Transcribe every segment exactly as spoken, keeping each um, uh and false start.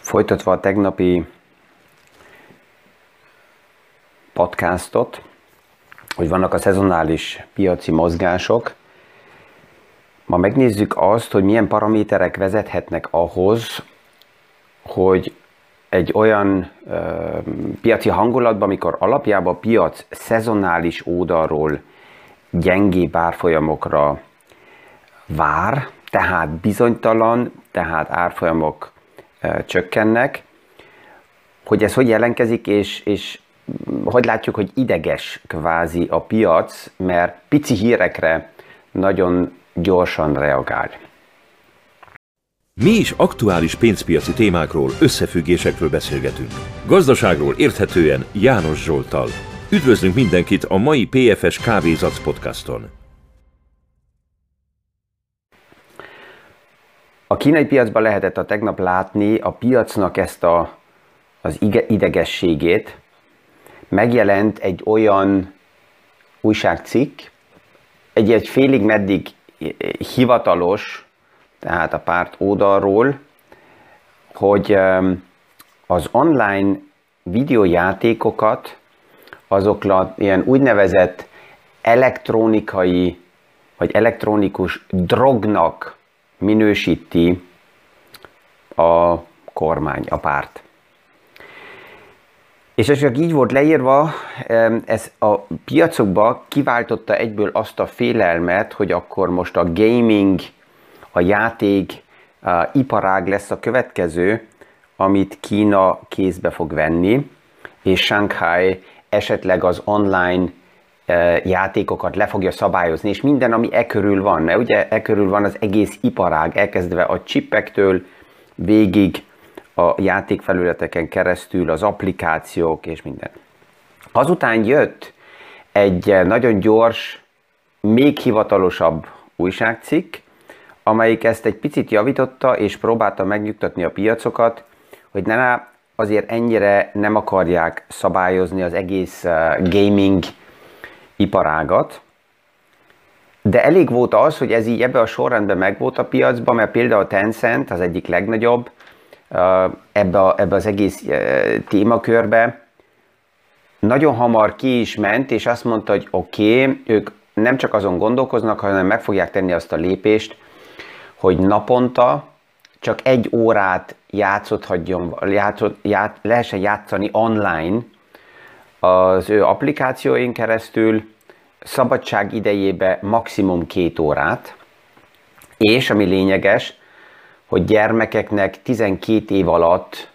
Folytatva a tegnapi podcastot, hogy vannak a szezonális piaci mozgások, ma megnézzük azt, hogy milyen paraméterek vezethetnek ahhoz, hogy egy olyan ö, piaci hangulatban, amikor alapjában a piac szezonális oldalról gyengébb árfolyamokra vár, tehát bizonytalan, tehát árfolyamok ö, csökkennek, hogy ez hogy jelentkezik, és, és hogy látjuk, hogy ideges kvázi a piac, mert pici hírekre nagyon gyorsan reagál. Mi is aktuális pénzpiaci témákról, összefüggésekről beszélgetünk. Gazdaságról érthetően János Zsolttal. Üdvözlünk mindenkit a mai pé ef es Kávézac podcaston. A kínai piacban lehetett a tegnap látni a piacnak ezt a, az idegességét. Megjelent egy olyan újságcikk, egy, egy félig meddig hivatalos, tehát a párt oldalról, hogy az online videójátékokat azokra ilyen úgynevezett elektronikai, vagy elektronikus drognak minősíti a kormány, a párt. És ez csak így volt leírva, ez a piacokba kiváltotta egyből azt a félelmet, hogy akkor most a gaming, a játék a iparág lesz a következő, amit Kína kézbe fog venni, és Shanghai esetleg az online játékokat le fogja szabályozni, és minden, ami e körül van, mert ugye e körül van az egész iparág, elkezdve a csipektől végig a játékfelületeken keresztül, az applikációk és minden. Azután jött egy nagyon gyors, még hivatalosabb újságcikk, amelyik ezt egy picit javította, és próbálta megnyugtatni a piacokat, hogy ne, azért ennyire nem akarják szabályozni az egész gaming iparágat. De elég volt az, hogy ez így ebbe a sorrendben megvolt a piacban, mert például a Tencent, az egyik legnagyobb, ebbe, a, ebbe az egész témakörbe nagyon hamar ki is ment, és azt mondta, hogy oké, okay, ők nem csak azon gondolkoznak, hanem meg fogják tenni azt a lépést, hogy naponta csak egy órát játszhatjon, játszott, ját, lehessen játszani online az ő applikációin keresztül, szabadság idejébe maximum két órát, és ami lényeges, hogy gyermekeknek tizenkét év alatt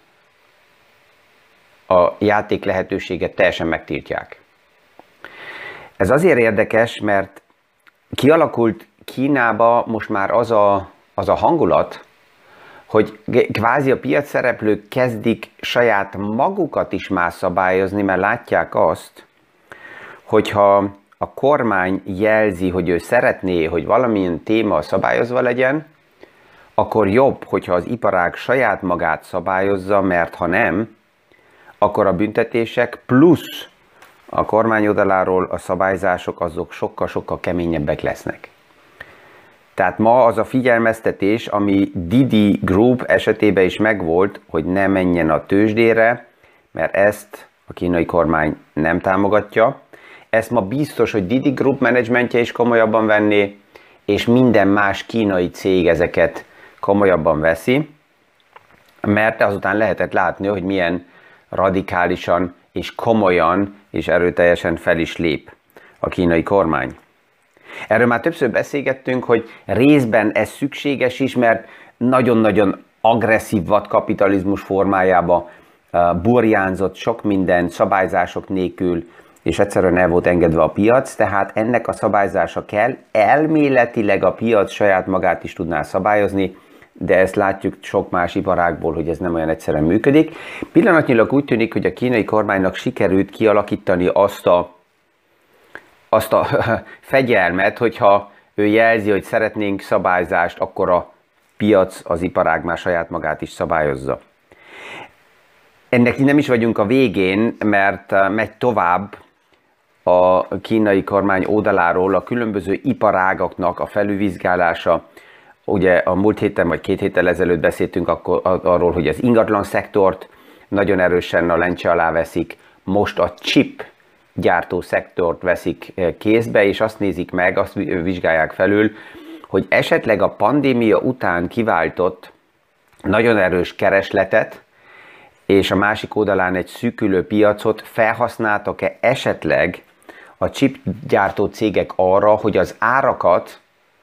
a játék lehetőséget teljesen megtiltják. Ez azért érdekes, mert kialakult Kínába most már az a, az a hangulat, hogy kvázi a piac szereplők kezdik saját magukat is már szabályozni, mert látják azt, hogyha a kormány jelzi, hogy ő szeretné, hogy valamilyen téma szabályozva legyen, akkor jobb, hogyha az iparág saját magát szabályozza, mert ha nem, akkor a büntetések plusz a kormány oldaláról a szabályzások azok sokkal-sokkal keményebbek lesznek. Tehát ma az a figyelmeztetés, ami Didi Group esetében is megvolt, hogy ne menjen a tőzsdére, mert ezt a kínai kormány nem támogatja. Ezt ma biztos, hogy Didi Group menedzsmentje is komolyabban venné, és minden más kínai cég ezeket komolyabban veszi, mert azután lehetett látni, hogy milyen radikálisan és komolyan és erőteljesen fel is lép a kínai kormány. Erről már többször beszélgettünk, hogy részben ez szükséges is, mert nagyon-nagyon agresszív vadkapitalizmus formájába burjánzott sok minden szabályzások nélkül, és egyszerűen el volt engedve a piac, tehát ennek a szabályzása kell. Elméletileg a piac saját magát is tudná szabályozni, de ezt látjuk sok más iparágból, hogy ez nem olyan egyszerűen működik. Pillanatnyilag úgy tűnik, hogy a kínai kormánynak sikerült kialakítani azt a, azt a fegyelmet, hogyha ő jelzi, hogy szeretnénk szabályzást, akkor a piac, az iparág már saját magát is szabályozza. Ennek nem is vagyunk a végén, mert megy tovább a kínai kormány oldaláról a különböző iparágaknak a felülvizsgálása, ugye a múlt héten vagy két héttel ezelőtt beszéltünk akkor arról, hogy az ingatlan szektort nagyon erősen a lencse alá veszik, most a chip gyártó szektort veszik kézbe, és azt nézik meg, azt vizsgálják felül, hogy esetleg a pandémia után kiváltott nagyon erős keresletet, és a másik oldalán egy szűkülő piacot felhasználtak-e esetleg a chipgyártó cégek arra, hogy az árakat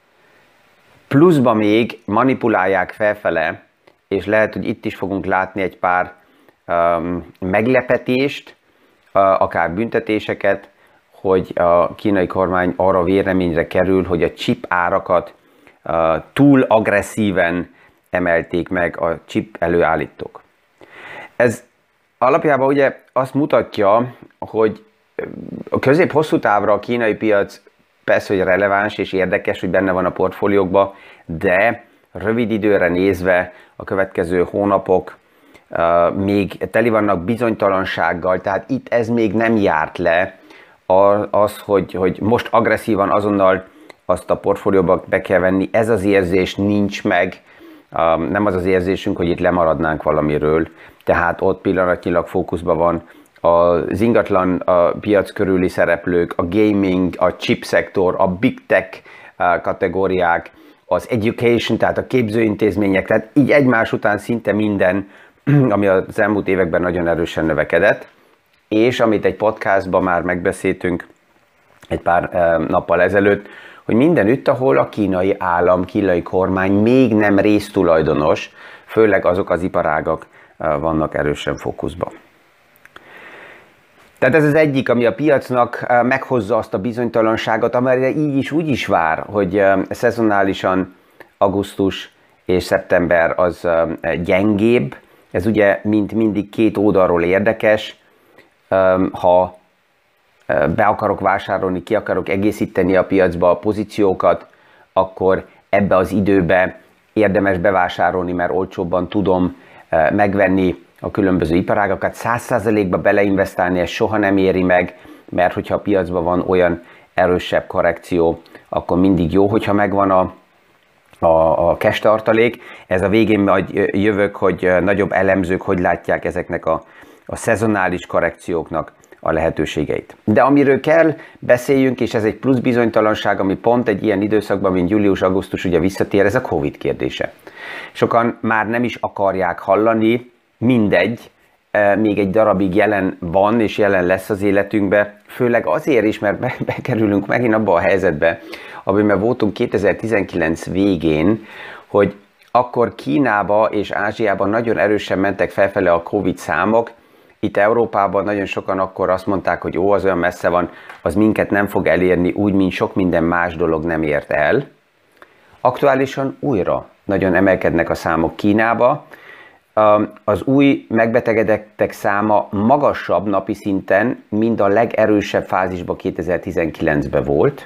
pluszba még manipulálják felfele, és lehet, hogy itt is fogunk látni egy pár um, meglepetést, uh, akár büntetéseket, hogy a kínai kormány arra véleményre kerül, hogy a chip árakat uh, túl agresszíven emelték meg a chip előállítók. Ez alapjában ugye azt mutatja, hogy a közép-hosszú távra a kínai piac persze, hogy releváns és érdekes, hogy benne van a portfóliókban, de rövid időre nézve a következő hónapok uh, még teli vannak bizonytalansággal, tehát itt ez még nem járt le az, hogy, hogy most agresszívan azonnal azt a portfólióba be kell venni. Ez az érzés nincs meg, uh, nem az az érzésünk, hogy itt lemaradnánk valamiről, tehát ott pillanatnyilag fókuszban van az ingatlan a piac körüli szereplők, a gaming, a chip szektor, a big tech kategóriák, az education, tehát a képzőintézmények, tehát így egymás után szinte minden, ami az elmúlt években nagyon erősen növekedett, és amit egy podcastban már megbeszéltünk egy pár nappal ezelőtt, hogy mindenütt, ahol a kínai állam, kínai kormány még nem résztulajdonos, főleg azok az iparágak vannak erősen fókuszban. Tehát ez az egyik, ami a piacnak meghozza azt a bizonytalanságot, amelyre így is úgy is vár, hogy szezonálisan augusztus és szeptember az gyengébb. Ez ugye mint mindig két oldalról érdekes. Ha be akarok vásárolni, ki akarok egészíteni a piacba a pozíciókat, akkor ebbe az időbe érdemes bevásárolni, mert olcsóbban tudom megvenni a különböző iparágakat. száz százalékba beleinvestálni, ez soha nem éri meg, mert hogyha a piacban van olyan erősebb korrekció, akkor mindig jó, hogyha megvan a, a, a cash tartalék. Ez a végén majd jövök, hogy nagyobb elemzők hogy látják ezeknek a, a szezonális korrekcióknak a lehetőségeit. De amiről kell beszéljünk, és ez egy plusz bizonytalanság, ami pont egy ilyen időszakban, mint július-augusztus ugye visszatér, ez a Covid kérdése. Sokan már nem is akarják hallani, mindegy, még egy darabig jelen van és jelen lesz az életünkbe, főleg azért is, mert be, bekerülünk megint abba a helyzetbe, amiben voltunk kétezer-tizenkilenc végén, hogy akkor Kínába és Ázsiában nagyon erősen mentek felfele a Covid számok. Itt Európában nagyon sokan akkor azt mondták, hogy ó, az olyan messze van, az minket nem fog elérni, úgy, mint sok minden más dolog nem ért el. Aktuálisan újra nagyon emelkednek a számok Kínába. Az új megbetegedettek száma magasabb napi szinten, mint a legerősebb fázisban kétezer-tizenkilencben volt.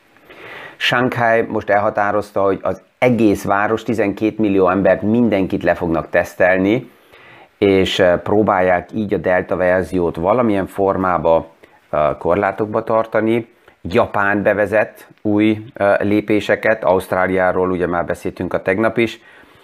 Shanghai most elhatározta, hogy az egész város, tizenkét millió embert, mindenkit le fognak tesztelni, és próbálják így a delta verziót valamilyen formába korlátokba tartani. Japán bevezet új lépéseket, Ausztráliáról ugye már beszéltünk a tegnap is.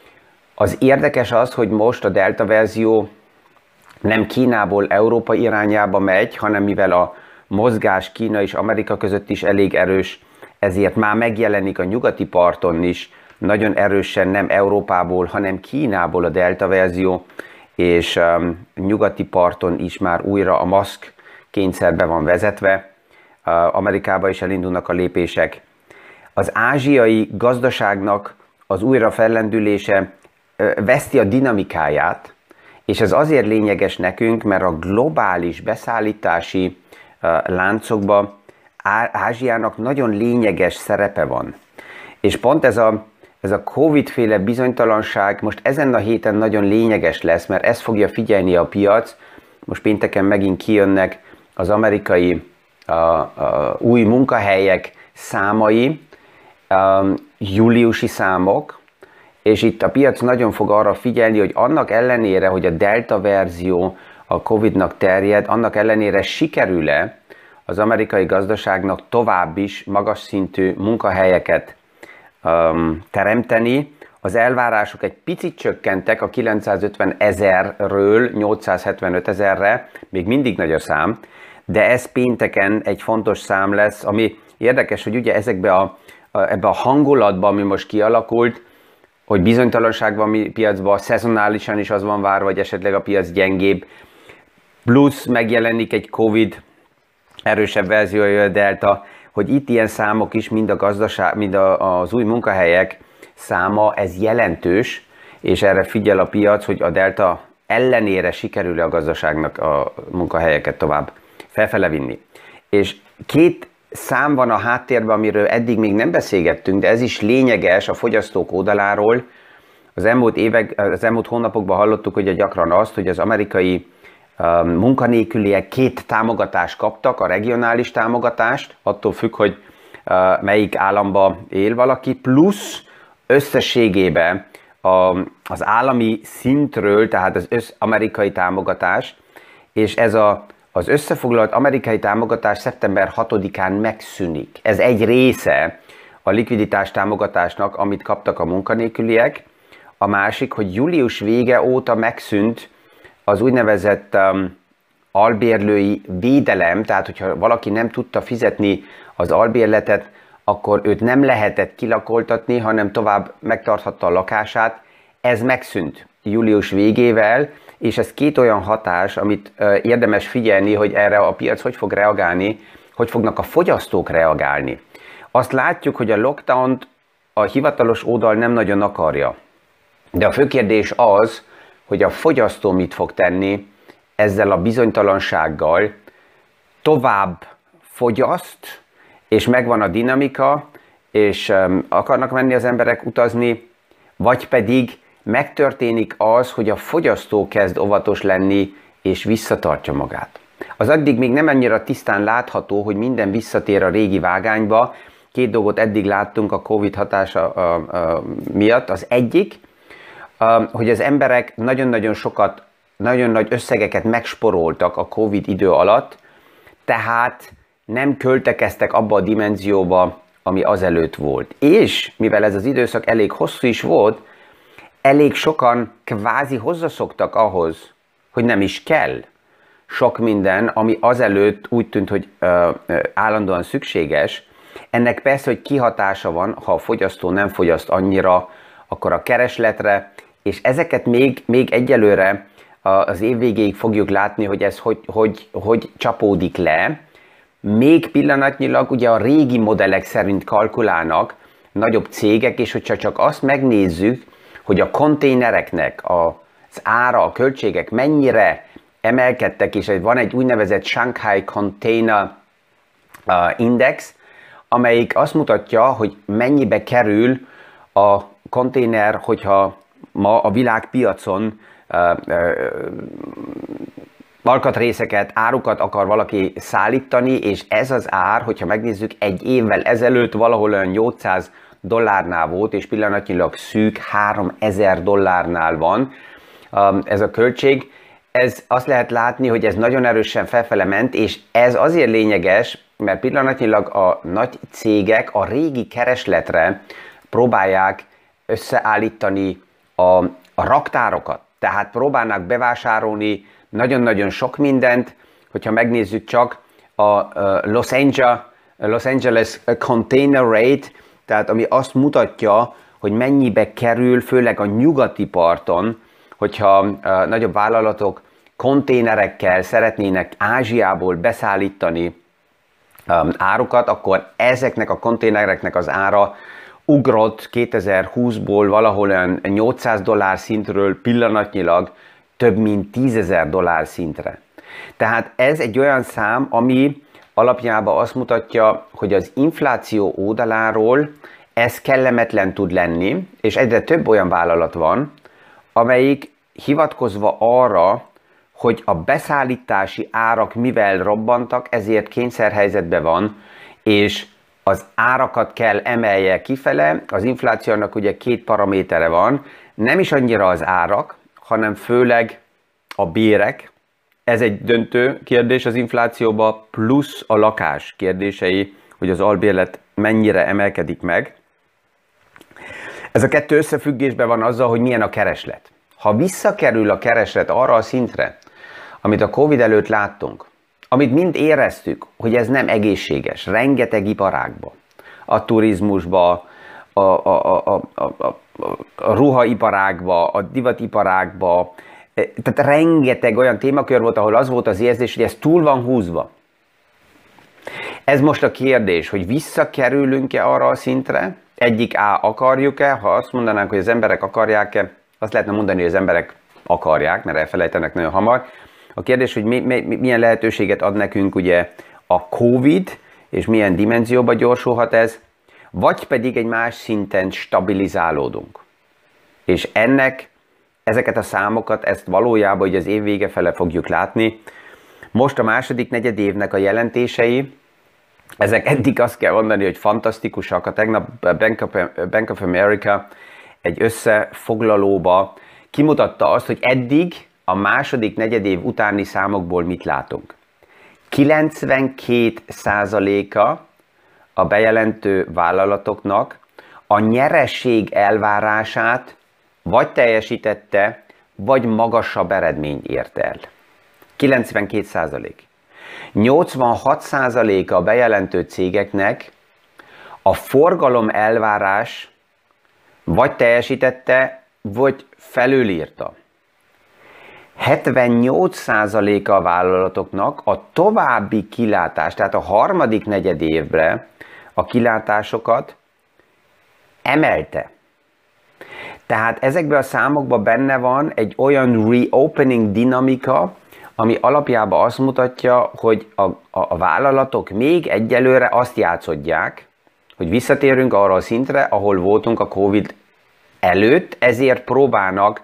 Az érdekes az, hogy most a delta verzió nem Kínából Európa irányába megy, hanem mivel a mozgás Kína és Amerika között is elég erős, ezért már megjelenik a nyugati parton is nagyon erősen nem Európából, hanem Kínából a delta verzió, és um, nyugati parton is már újra a maszk kényszerbe van vezetve, uh, Amerikában is elindulnak a lépések. Az ázsiai gazdaságnak az újra fellendülése uh, veszti a dinamikáját, és ez azért lényeges nekünk, mert a globális beszállítási uh, láncokban Ázsiának nagyon lényeges szerepe van. És pont ez a Ez a Covid-féle bizonytalanság most ezen a héten nagyon lényeges lesz, mert ezt fogja figyelni a piac. Most pénteken megint kijönnek az amerikai a, a, új munkahelyek számai, a, júliusi számok, és itt a piac nagyon fog arra figyelni, hogy annak ellenére, hogy a delta verzió a Covid-nak terjed, annak ellenére sikerül-e az amerikai gazdaságnak tovább is magas szintű munkahelyeket um, teremteni. Az elvárások egy picit csökkentek a kilencszázötven ezerről nyolcszázhetvenöt ezerre, még mindig nagy a szám, de ez pénteken egy fontos szám lesz, ami érdekes, hogy ugye ezekbe a, a, ebbe a hangulatban, ami most kialakult, hogy bizonytalanság van a piacban, szezonálisan is az van várva, hogy esetleg a piac gyengébb, plusz megjelenik egy Covid erősebb verziója, a Delta, hogy itt ilyen számok is, mind a gazdaság, mind a, az új munkahelyek száma, ez jelentős, és erre figyel a piac, hogy a Delta ellenére sikerül a gazdaságnak a munkahelyeket tovább felfele vinni. És két szám van a háttérben, amiről eddig még nem beszélgettünk, de ez is lényeges a fogyasztók oldaláról. Az elmúlt évek, az elmúlt hónapokban hallottuk, hogy gyakran azt, hogy az amerikai um, munkanélküliek két támogatást kaptak, a regionális támogatást, attól függ, hogy uh, melyik államban él valaki, plusz összességében a, az állami szintről, tehát az össz amerikai támogatás, és ez a Az összefoglalt amerikai támogatás szeptember hatodikán megszűnik. Ez egy része a likviditás támogatásnak, amit kaptak a munkanélküliek. A másik, hogy július vége óta megszűnt az úgynevezett um, albérlői védelem, tehát hogyha valaki nem tudta fizetni az albérletet, akkor őt nem lehetett kilakoltatni, hanem tovább megtarthatta a lakását. Ez megszűnt július végével, és ez két olyan hatás, amit uh, érdemes figyelni, hogy erre a piac hogy fog reagálni, hogy fognak a fogyasztók reagálni. Azt látjuk, hogy a lockdownt a hivatalos oldal nem nagyon akarja. De a fő kérdés az, hogy a fogyasztó mit fog tenni ezzel a bizonytalansággal, tovább fogyaszt, és megvan a dinamika, és um, akarnak menni az emberek utazni, vagy pedig megtörténik az, hogy a fogyasztó kezd óvatos lenni, és visszatartja magát. Az addig még nem annyira tisztán látható, hogy minden visszatér a régi vágányba. Két dolgot eddig láttunk a Covid hatása uh, uh, miatt. Az egyik, uh, hogy az emberek nagyon-nagyon sokat, nagyon nagy összegeket megsporoltak a Covid idő alatt, tehát nem költekeztek abba a dimenzióba, ami azelőtt volt. És mivel ez az időszak elég hosszú is volt, elég sokan kvázi hozzászoktak ahhoz, hogy nem is kell sok minden, ami azelőtt úgy tűnt, hogy ö, ö, állandóan szükséges. Ennek persze, hogy kihatása van, ha a fogyasztó nem fogyaszt annyira, akkor a keresletre, és ezeket még, még egyelőre az év végéig fogjuk látni, hogy ez hogy, hogy, hogy csapódik le. Még pillanatnyilag ugye a régi modellek szerint kalkulálnak nagyobb cégek, és hogyha csak azt megnézzük, hogy a konténereknek az ára, a költségek mennyire emelkedtek, és van egy úgynevezett Shanghai Container Index, amelyik azt mutatja, hogy mennyibe kerül a konténer, hogyha ma a világpiacon alkatrészeket, árukat akar valaki szállítani, és ez az ár, hogyha megnézzük, egy évvel ezelőtt valahol olyan nyolcszáz dollárnál volt, és pillanatnyilag szűk háromezer dollárnál van ez a költség. Ez azt lehet látni, hogy ez nagyon erősen felfele ment, és ez azért lényeges, mert pillanatnyilag a nagy cégek a régi keresletre próbálják összeállítani a, a raktárokat. Tehát próbálnak bevásárolni nagyon-nagyon sok mindent, hogyha megnézzük csak a Los Angeles, Los Angeles Container Rate, tehát ami azt mutatja, hogy mennyibe kerül, főleg a nyugati parton, hogyha uh, nagyobb vállalatok konténerekkel szeretnének Ázsiából beszállítani um, árukat, akkor ezeknek a konténereknek az ára ugrott kétezer-húszból valahol olyan nyolcszáz dollár szintről pillanatnyilag több mint tízezer dollár szintre. Tehát ez egy olyan szám, ami alapjában azt mutatja, hogy az infláció oldaláról ez kellemetlen tud lenni, és egyre több olyan vállalat van, amelyik hivatkozva arra, hogy a beszállítási árak mivel robbantak, ezért kényszerhelyzetben van, és az árakat kell emelje kifele. Az inflációnak ugye két paramétere van, nem is annyira az árak, hanem főleg a bérek. Ez egy döntő kérdés az inflációban, plusz a lakás kérdései, hogy az albérlet mennyire emelkedik meg. Ez a kettő összefüggésben van azzal, hogy milyen a kereslet. Ha visszakerül a kereslet arra a szintre, amit a Covid előtt láttunk, amit mind éreztük, hogy ez nem egészséges, rengeteg iparágba, a turizmusba, a, a, a, a, a, a ruhaiparágba, a divatiparágba, tehát rengeteg olyan témakör volt, ahol az volt az érzés, hogy ez túl van húzva. Ez most a kérdés, hogy visszakerülünk-e arra a szintre, egyik A akarjuk-e, ha azt mondanánk, hogy az emberek akarják-e, azt lehetne mondani, hogy az emberek akarják, mert elfelejtenek nagyon hamar. A kérdés, hogy mi, mi, milyen lehetőséget ad nekünk ugye a Covid, és milyen dimenzióba gyorsulhat ez, vagy pedig egy más szinten stabilizálódunk. És ennek, ezeket a számokat, ezt valójában hogy az év vége fele fogjuk látni. Most a második negyed évnek a jelentései, ezek eddig azt kell mondani, hogy fantasztikusak. A tegnap Bank of, Bank of America egy összefoglalóba kimutatta azt, hogy eddig a második negyedév utáni számokból mit látunk. kilencvenkét százaléka a bejelentő vállalatoknak a nyereség elvárását vagy teljesítette, vagy magasabb eredményt ért el. kilencvenkét százalék. nyolcvanhat százaléka a bejelentő cégeknek a forgalom elvárás vagy teljesítette, vagy felülírta. hetvennyolc százaléka a vállalatoknak a további kilátás, tehát a harmadik negyed évre a kilátásokat emelte. Tehát ezekben a számokban benne van egy olyan reopening dinamika, ami alapjában azt mutatja, hogy a, a, a vállalatok még egyelőre azt játszodják, hogy visszatérünk arra a szintre, ahol voltunk a Covid előtt, ezért próbálnak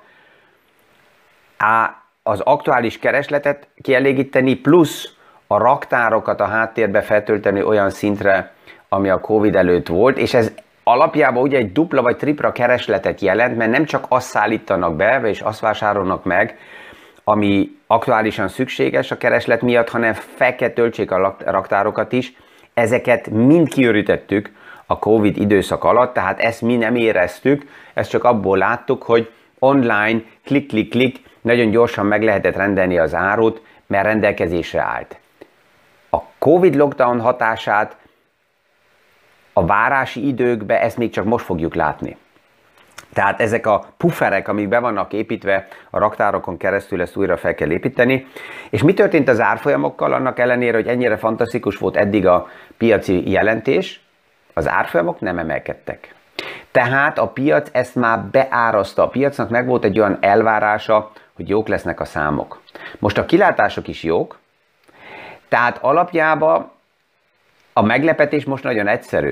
á, az aktuális keresletet kielégíteni, plusz a raktárokat a háttérbe feltölteni olyan szintre, ami a Covid előtt volt, és ez alapjában ugye egy dupla vagy tripla keresletet jelent, mert nem csak azt szállítanak be, és azt vásárolnak meg, ami aktuálisan szükséges a kereslet miatt, hanem fel kell töltsék a raktárokat is. Ezeket mind kiürítettük a Covid időszak alatt, tehát ezt mi nem éreztük, ezt csak abból láttuk, hogy online, klik, klik, klik, nagyon gyorsan meg lehetett rendelni az árut, mert rendelkezésre állt. A Covid lockdown hatását a várási időkben ezt még csak most fogjuk látni. Tehát ezek a pufferek, amik be vannak építve a raktárokon keresztül, ezt újra fel kell építeni. És mi történt az árfolyamokkal, annak ellenére, hogy ennyire fantasztikus volt eddig a piaci jelentés, az árfolyamok nem emelkedtek. Tehát a piac ezt már beárazta. A piacnak meg volt egy olyan elvárása, hogy jók lesznek a számok. Most a kilátások is jók, tehát alapjában a meglepetés most nagyon egyszerű.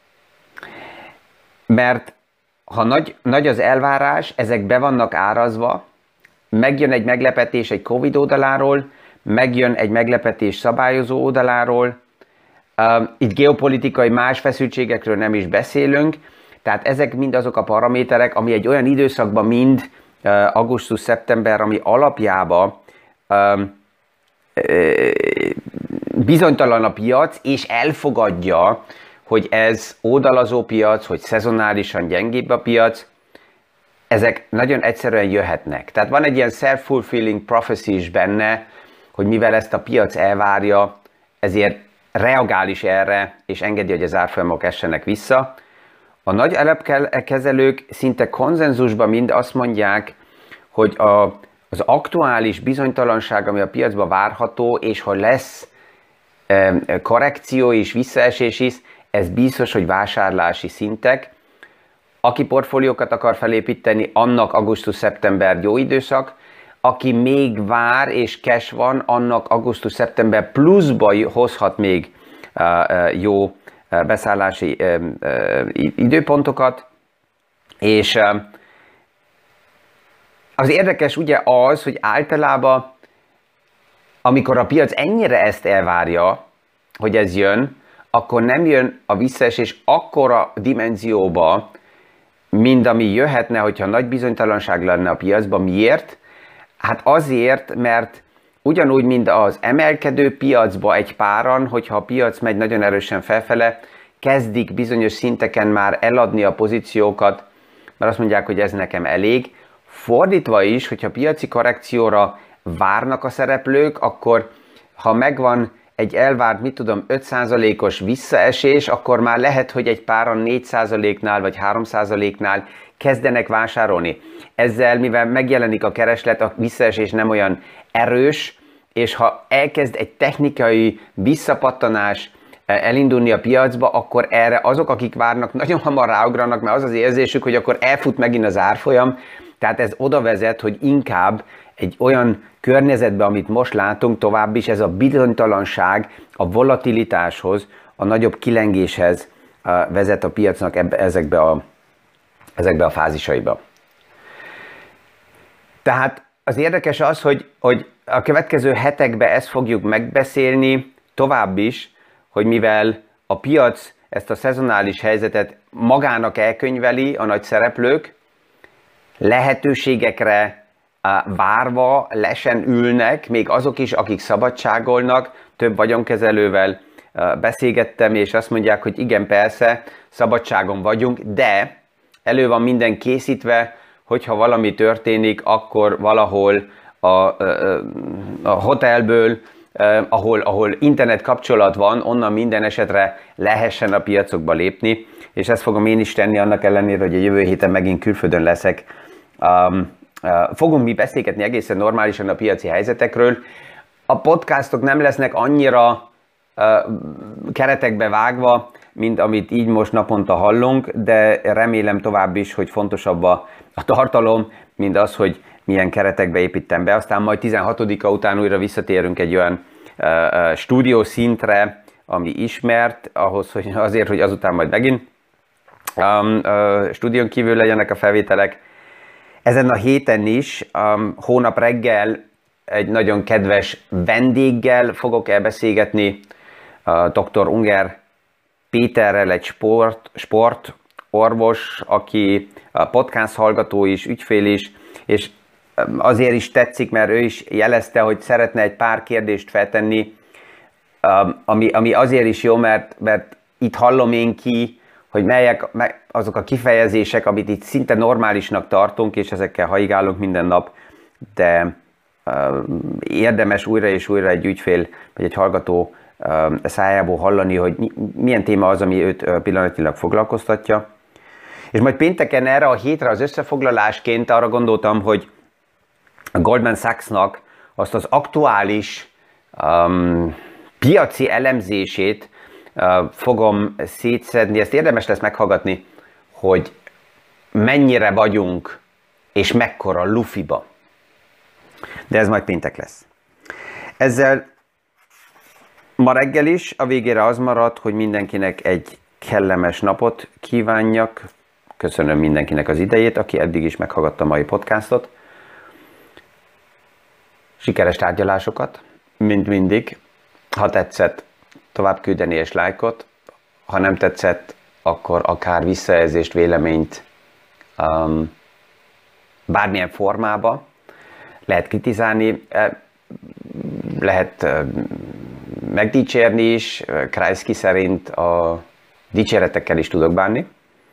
Mert ha nagy, nagy az elvárás, ezek be vannak árazva, megjön egy meglepetés egy Covid oldaláról, megjön egy meglepetés szabályozó oldaláról, itt geopolitikai más feszültségekről nem is beszélünk, tehát ezek mind azok a paraméterek, ami egy olyan időszakban mind augusztus-szeptember, ami alapjában bizonytalan a piac, és elfogadja, hogy ez ódalazó piac, hogy szezonálisan gyengébb a piac, ezek nagyon egyszerűen jöhetnek. Tehát van egy ilyen self-fulfilling prophecy is benne, hogy mivel ezt a piac elvárja, ezért reagál is erre, és engedi, hogy az árfolyamok essenek vissza. A nagy alapkezelők szinte konzenzusban mind azt mondják, hogy a, az aktuális bizonytalanság, ami a piacban várható, és ha lesz e, korrekció és visszaesés is, ez biztos, hogy vásárlási szintek. Aki portfóliókat akar felépíteni, annak augusztus-szeptember jó időszak. Aki még vár és cash van, annak augusztus-szeptember pluszba hozhat még uh, jó uh, beszállási uh, uh, időpontokat. És uh, az érdekes ugye az, hogy általában, amikor a piac ennyire ezt elvárja, hogy ez jön, akkor nem jön a visszaesés akkora dimenzióba, mint ami jöhetne, hogyha nagy bizonytalanság lenne a piacban. Miért? Hát azért, mert ugyanúgy, mint az emelkedő piacba egy páran, hogyha a piac megy nagyon erősen felfele, kezdik bizonyos szinteken már eladni a pozíciókat mert azt mondják, hogy ez nekem elég. Fordítva is, hogyha piaci korrekcióra várnak a szereplők, akkor ha megvan egy elvárt, mit tudom, öt százalékos visszaesés, akkor már lehet, hogy egy páran négy százaléknál vagy három százaléknál kezdenek vásárolni. Ezzel, mivel megjelenik a kereslet, a visszaesés nem olyan erős, és ha elkezd egy technikai visszapattanás elindulni a piacba, akkor erre azok, akik várnak, nagyon hamar ráugranak, mert az az érzésük, hogy akkor elfut megint az árfolyam, tehát ez oda vezet, hogy inkább egy olyan környezetbe, amit most látunk, tovább is ez a bizonytalanság a volatilitáshoz, a nagyobb kilengéshez vezet a piacnak ebbe, ezekbe, a, ezekbe a fázisaiba. Tehát az érdekes az, hogy, hogy a következő hetekben ezt fogjuk megbeszélni tovább is, hogy mivel a piac ezt a szezonális helyzetet magának elkönyveli a nagy szereplők, lehetőségekre várva lesen ülnek, még azok is, akik szabadságolnak. Több vagyonkezelővel beszélgettem, és azt mondják, hogy igen, persze, szabadságon vagyunk, de elő van minden készítve, hogyha valami történik, akkor valahol a, a, a hotelből, ahol, ahol internet kapcsolat van, onnan minden esetre lehessen a piacokba lépni, és ezt fogom én is tenni annak ellenére, hogy a jövő héten megint külföldön leszek. Um, uh, fogunk mi beszélgetni egészen normálisan a piaci helyzetekről. A podcastok nem lesznek annyira uh, keretekbe vágva, mint amit így most naponta hallunk, de remélem tovább is, hogy fontosabb a, a tartalom, mint az, hogy milyen keretekbe építem be. Aztán majd tizenhatodika után újra visszatérünk egy olyan uh, uh, stúdió szintre, ami ismert, ahhoz, hogy azért, hogy azután majd megint um, uh, stúdión kívül legyenek a felvételek. Ezen a héten is, um, hónap reggel egy nagyon kedves vendéggel fogok elbeszélgetni, uh, doktor Unger Péterrel, egy sport, sportorvos, aki a podcast hallgató is, ügyfél is, és azért is tetszik, mert ő is jelezte, hogy szeretne egy pár kérdést feltenni, ami, ami azért is jó, mert, mert itt hallom én ki, hogy melyek azok a kifejezések, amit itt szinte normálisnak tartunk, és ezekkel haigálunk minden nap, de érdemes újra és újra egy ügyfél, vagy egy hallgató szájából hallani, hogy milyen téma az, ami őt pillanatilag foglalkoztatja. És majd pénteken erre a hétre az összefoglalásként arra gondoltam, hogy a Goldman Sachsnak azt az aktuális um, piaci elemzését uh, fogom szétszedni. Ezt érdemes lesz meghallgatni, hogy mennyire vagyunk és mekkora lufiba. De ez majd péntek lesz. Ezzel ma reggel is a végére az maradt, hogy mindenkinek egy kellemes napot kívánjak. Köszönöm mindenkinek az idejét, aki eddig is meghallgatta a mai podcastot. Sikeres tárgyalásokat, mint mindig. Ha tetszett, tovább küldeni és lájkot. Ha nem tetszett, akkor akár visszajelzést, véleményt um, bármilyen formába. Lehet kritizálni, lehet megdicsérni is. Kreisky szerint a dicséretekkel is tudok bánni.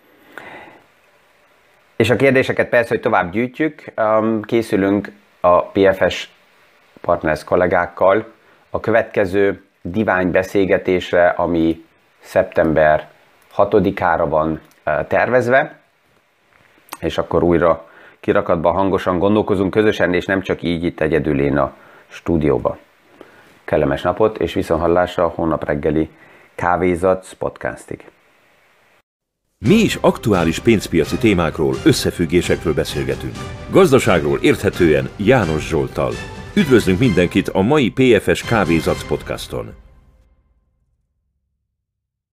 És a kérdéseket persze, hogy tovább gyűjtjük. Készülünk a pé ef es Partners kollégákkal a következő divány beszélgetésre, ami szeptember hatodikára van tervezve, és akkor újra kirakatban hangosan gondolkozunk közösen, és nem csak így itt egyedül én a stúdióba. Kellemes napot, és viszonthallásra a hónap reggeli Kávézac podcastig. Mi is aktuális pénzpiaci témákról, összefüggésekről beszélgetünk. Gazdaságról érthetően János Zsolttal. Üdvözlünk mindenkit a mai pé ef es Kávézac podcaston!